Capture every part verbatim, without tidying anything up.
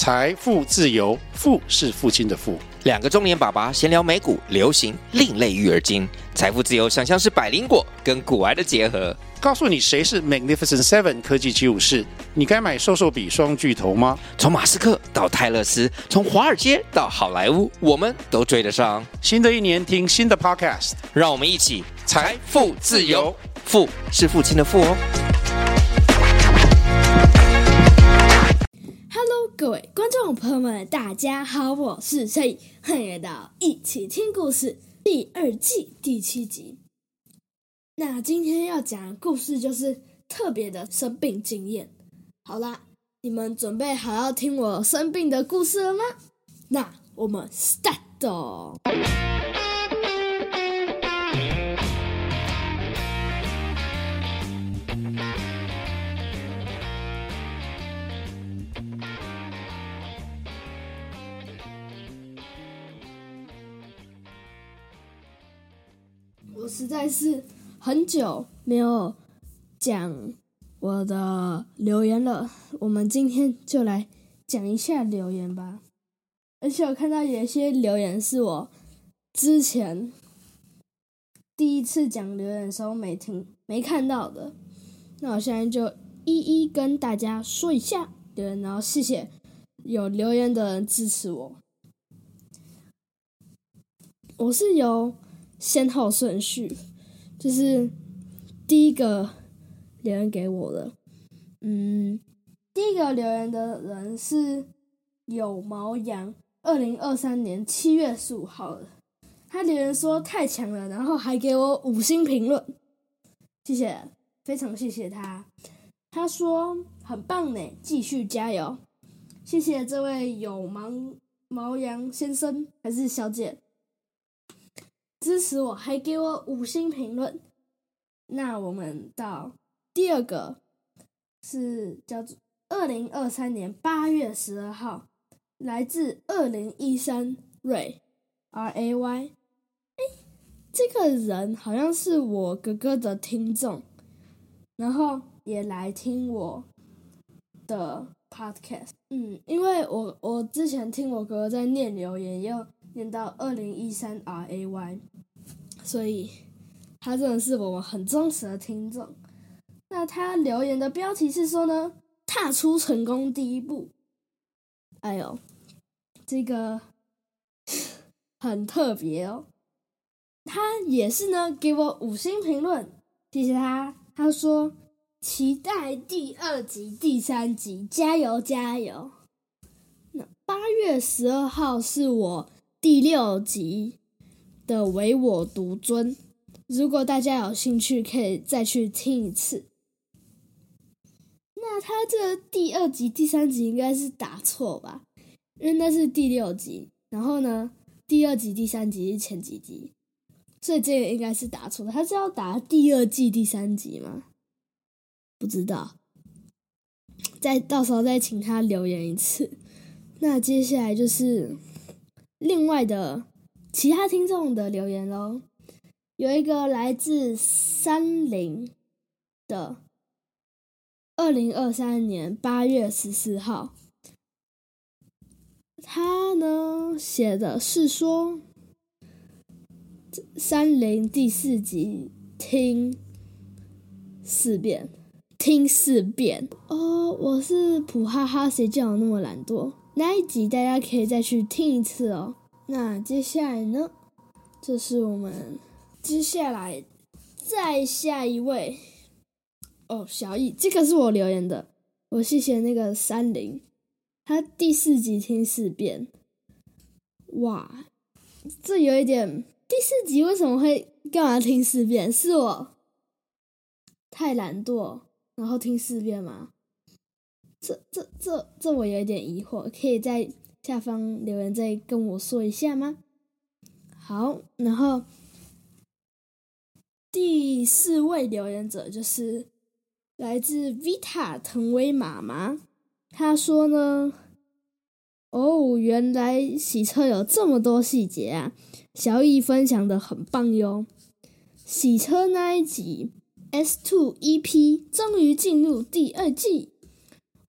财富自由，富是父亲的富。 两个中年爸爸闲聊美股、流行、另类育儿经，财富自由想象是百灵果跟股癌的结合。 告诉你谁是 Magnificent Seven 科技七武士，你该买瘦瘦比双巨头吗？ 从马斯克到泰勒斯，从华尔街到好莱坞，我们都追得上。 新的一年听新的 Podcast， 让我们一起财富自由， 富是父亲的富哦。 Hello， 各位观众朋友们，大家好，我是车毅，欢迎来到一起听故事第二季第七集。那今天要讲的故事就是特别的生病经验。好啦，你们准备好要听我生病的故事了吗？那我们 start 哦。我实在是很久没有讲我的留言了，我们今天就来讲一下留言吧。而且我看到有一些留言是我之前第一次讲留言的时候没听没看到的，那我现在就一一跟大家说一下留言，然后谢谢有留言的人支持我。我是由先后顺序，就是第一个留言给我的，嗯，第一个留言的人是有毛羊，二零二三年七月十五号的，他留言说太强了，然后还给我五星评论，谢谢，非常谢谢他。他说很棒呢，继续加油，谢谢这位有毛毛羊先生还是小姐。支持我，还给我五星评论。那我们到第二个是叫做二零二三年八月十二号，来自二零一三 Ray R A Y。哎，这个人好像是我哥哥的听众，然后也来听我的 podcast。嗯，因为我我之前听我哥哥在念留言，也有念到二零一三 R A Y。所以他真的是我们很忠实的听众。那他留言的标题是说呢，踏出成功第一步。哎呦，这个很特别哦。他也是呢，给我五星评论，谢谢他。他说期待第二集、第三集，加油加油。那八月十二号是我第六集的唯我独尊，如果大家有兴趣可以再去听一次。那他这第二集第三集应该是打错吧，因为那是第六集，然后呢第二集第三集是前几集，所以这个应该是打错的。他是要打第二季第三集吗？不知道，再到时候再请他留言一次。那接下来就是另外的其他听众的留言咯，有一个来自三菱的二零二三年八月十四号，他呢写的是说三菱第四集听四遍，听四遍哦。我是普哈哈，谁叫我那么懒惰？那一集大家可以再去听一次哦。那接下来呢，这是我们接下来再下一位哦，小易，这个是我留言的，我谢谢那个三菱，他第四集听四遍，哇，这有一点，第四集为什么会干嘛听四遍？是我太懒惰，然后听四遍吗？这这这这我有一点疑惑，可以在下方留言再跟我说一下吗？好，然后第四位留言者就是来自 Vita 腾威妈妈，她说呢，哦，原来洗车有这么多细节啊，小易分享的很棒哟。洗车那一集 S 二 E P 终于进入第二季，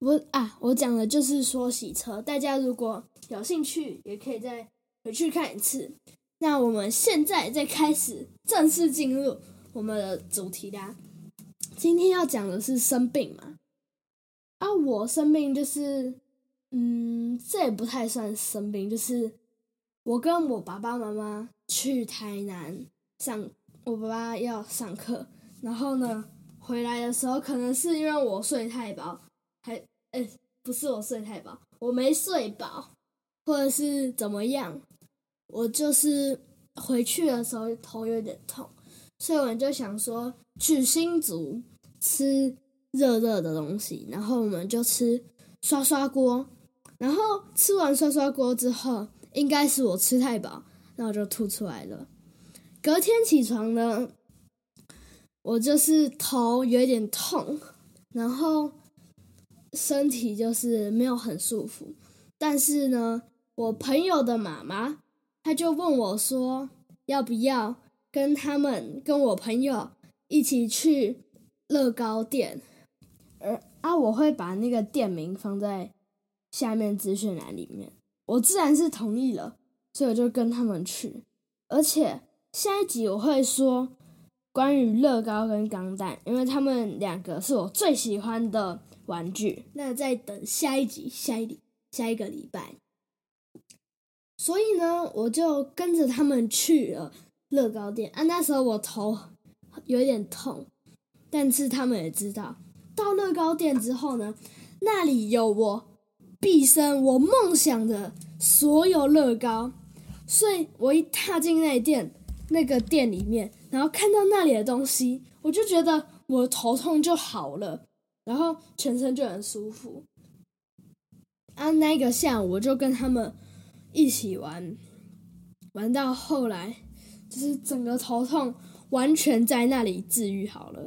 我啊，我讲的就是说洗车，大家如果有兴趣，也可以再回去看一次。那我们现在再开始正式进入我们的主题啦。今天要讲的是生病嘛，啊，我生病就是，嗯，这也不太算生病，就是我跟我爸爸妈妈去台南上，我爸爸要上课，然后呢，回来的时候可能是因为我睡太饱，还，哎，不是我睡太饱，我没睡饱，或者是怎么样，我就是回去的时候头有点痛，所以我就想说去新竹吃热热的东西，然后我们就吃刷刷锅，然后吃完刷刷锅之后，应该是我吃太饱，然后我就吐出来了。隔天起床呢，我就是头有点痛，然后身体就是没有很舒服，但是呢，我朋友的妈妈他就问我说，要不要跟他们跟我朋友一起去乐高店，而啊，我会把那个店名放在下面资讯栏里面。我自然是同意了，所以我就跟他们去。而且下一集我会说关于乐高跟钢弹，因为他们两个是我最喜欢的玩具。那再等下一集，下一下一个礼拜。所以呢，我就跟着他们去了乐高店啊。那时候我头有点痛，但是他们也知道，到乐高店之后呢，那里有我毕生我梦想的所有乐高，所以我一踏进那店那个店里面，然后看到那里的东西，我就觉得我头痛就好了，然后全身就很舒服。啊，那个下午我就跟他们一起玩，玩到后来就是整个头痛完全在那里治愈好了。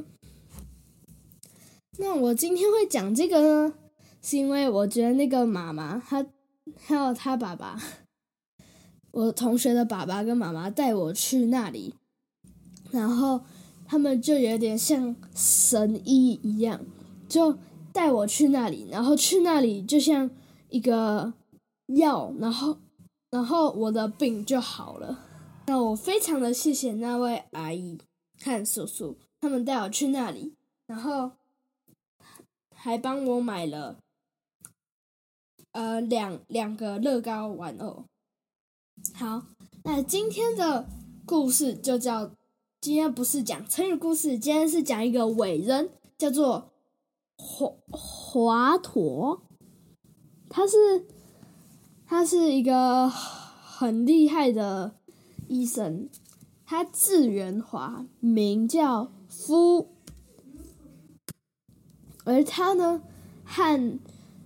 那我今天会讲这个呢，是因为我觉得那个妈妈她还有她爸爸，我同学的爸爸跟妈妈带我去那里，然后他们就有点像神医一样，就带我去那里，然后去那里就像一个药，然后然后我的病就好了。那我非常的谢谢那位阿姨和叔叔，他们带我去那里，然后还帮我买了呃两两个乐高玩偶。好，那今天的故事就叫，今天不是讲成语故事，今天是讲一个伟人，叫做华华佗。他是他是一个很厉害的医生，他字元华，名叫夫，而他呢和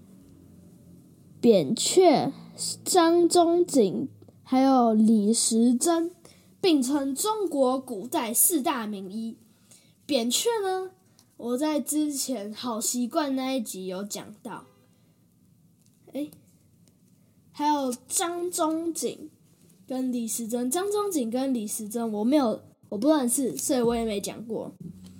扁鹊、张仲景还有李时珍并称中国古代四大名医。扁鹊呢，我在之前好习惯那一集有讲到，诶还有张仲景跟李时珍，张仲景跟李时珍我没有我不认识，所以我也没讲过。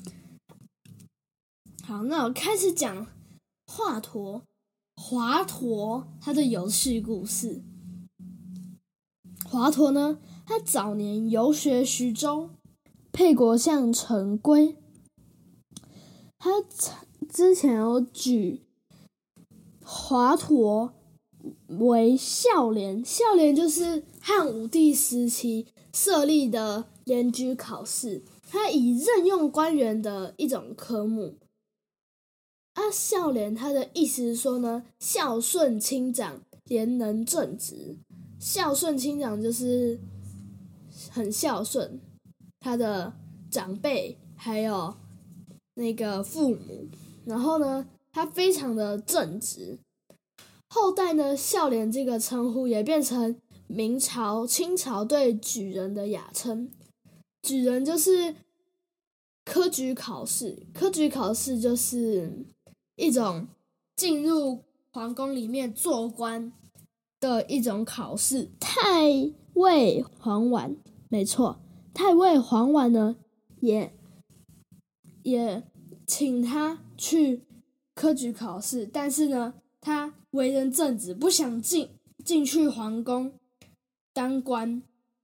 好，那我开始讲华佗华佗他的有趣故事。华佗呢，他早年游学徐州，沛国相陈规，他之前有举华佗为孝廉，孝廉就是汉武帝时期设立的廉举考试，他以任用官员的一种科目。啊，孝廉他的意思是说呢，孝顺亲长，廉能正直。孝顺亲长就是很孝顺他的长辈还有那个父母，然后呢他非常的正直。后代呢，孝廉这个称呼也变成明朝清朝对举人的雅称。举人就是科举考试，科举考试就是一种进入皇宫里面做官的一种考试。太尉黄绾，没错，太尉黄绾呢，也也请他去科举考试，但是呢，他为人正直，不想进进去皇宫当官。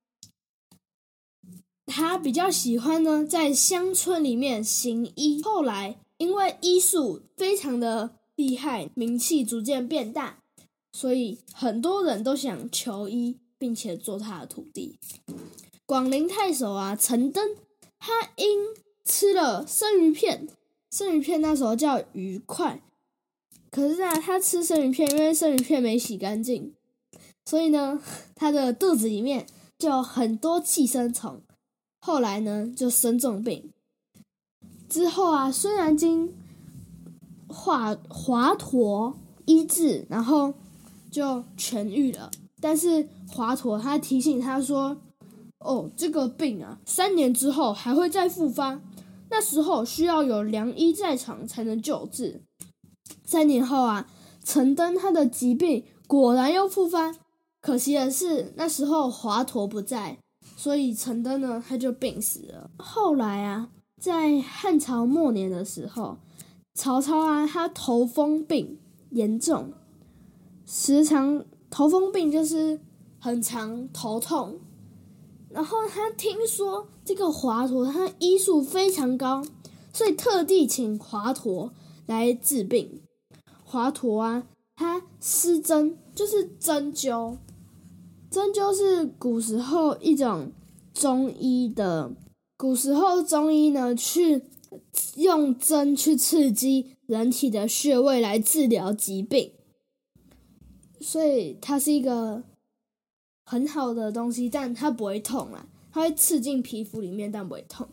他比较喜欢呢，在乡村里面行医。后来因为医术非常的厉害，名气逐渐变大，所以很多人都想求医，并且做他的徒弟。广陵太守啊，陈登，他因吃了生鱼片，生鱼片那时候叫鱼块，可是啊，他吃生鱼片，因为生鱼片没洗干净，所以呢，他的肚子里面就有很多寄生虫。后来呢，就生重病。之后啊，虽然经华华佗医治，然后就痊愈了，但是华佗他提醒他说：“哦，这个病啊，三年之后还会再复发，那时候需要有良医在场才能救治。”三年后啊，陈登他的疾病果然又复发，可惜的是那时候华佗不在。所以陈登呢，他就病死了。后来啊，在汉朝末年的时候，曹操啊，他头风病严重，时常头风病就是很常头痛。然后他听说这个华佗他医术非常高，所以特地请华佗来治病。华佗啊，他施针，就是针灸。针灸是古时候一种中医的，古时候中医呢，去用针去刺激人体的穴位来治疗疾病，所以它是一个很好的东西，但它不会痛啦，它会刺进皮肤里面，但不会痛。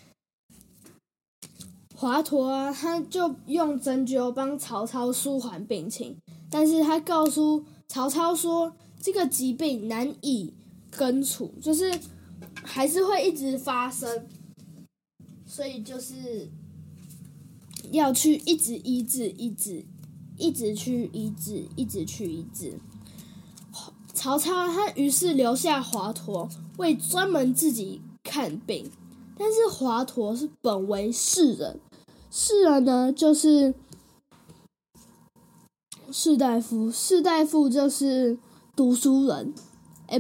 华佗啊，他就用针灸帮曹操舒缓病情，但是他告诉曹操说，这个疾病难以根除，就是还是会一直发生，所以就是要去一直医治，一直一直去医治，一直去医治。曹操他于是留下华佗为专门自己看病，但是华佗是本为士人，士人呢就是士大夫，士大夫就是读书人。哎，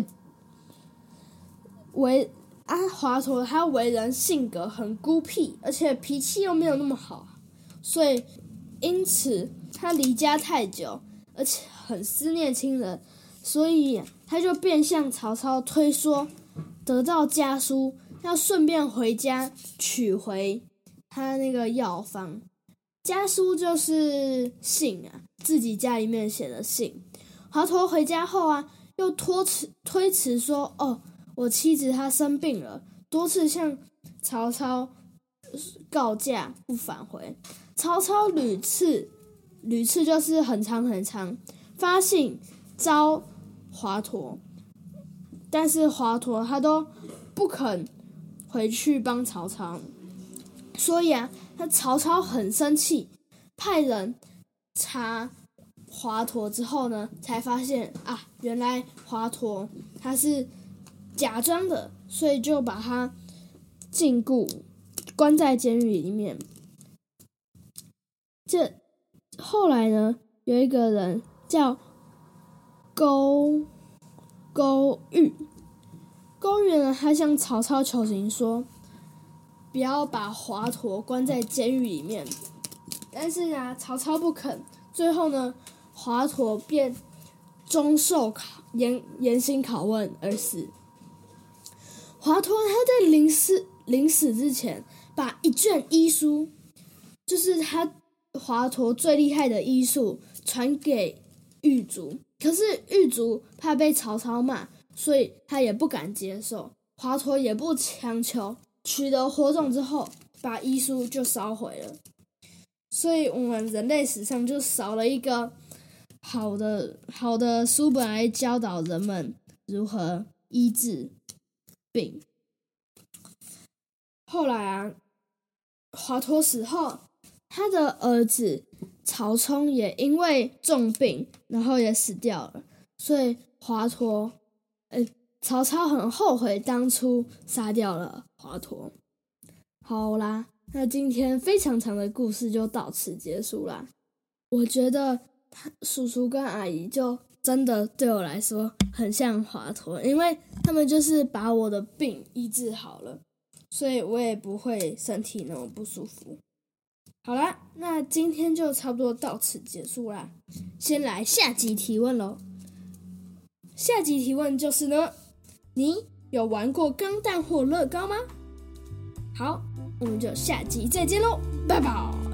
为啊华佗他为人性格很孤僻，而且脾气又没有那么好，所以因此他离家太久，而且很思念亲人，所以他就便向曹操推说，得到家书要顺便回家取回他那个药方。家书就是信啊，自己家里面写的信。华佗回家后啊，又托辞推辞说：“哦，我妻子她生病了。”多次向曹操告假不返回。曹操屡次屡次就是很长很长发信招华佗，但是华佗他都不肯回去帮曹操，所以啊，他曹操很生气，派人查华佗之后呢，才发现啊，原来华佗他是假装的，所以就把他禁锢，关在监狱里面。这后来呢，有一个人叫勾勾玉，勾玉呢，他向曹操求情说，不要把华佗关在监狱里面，但是啊，曹操不肯。最后呢，华佗便终受考严严刑拷问而死。华佗他在临死临死之前，把一卷医书，就是他华佗最厉害的医术，传给狱卒。可是狱卒怕被曹操骂，所以他也不敢接受。华佗也不强求，取得火种之后，把医书就烧毁了。所以我们人类史上就少了一个好的好的书本来教导人们如何医治病。后来啊，华佗死后，他的儿子曹冲也因为重病，然后也死掉了。所以华佗，呃，曹操很后悔当初杀掉了华佗。好啦，那今天非常长的故事就到此结束啦。 我觉得叔叔跟阿姨就真的对我来说很像华佗，因为他们就是把我的病医治好了，所以我也不会身体那么不舒服。好啦，那今天就差不多到此结束啦。先来下集提问咯。下集提问就是呢，你有玩过钢弹或乐高吗？好，我们就下集再见咯，拜拜。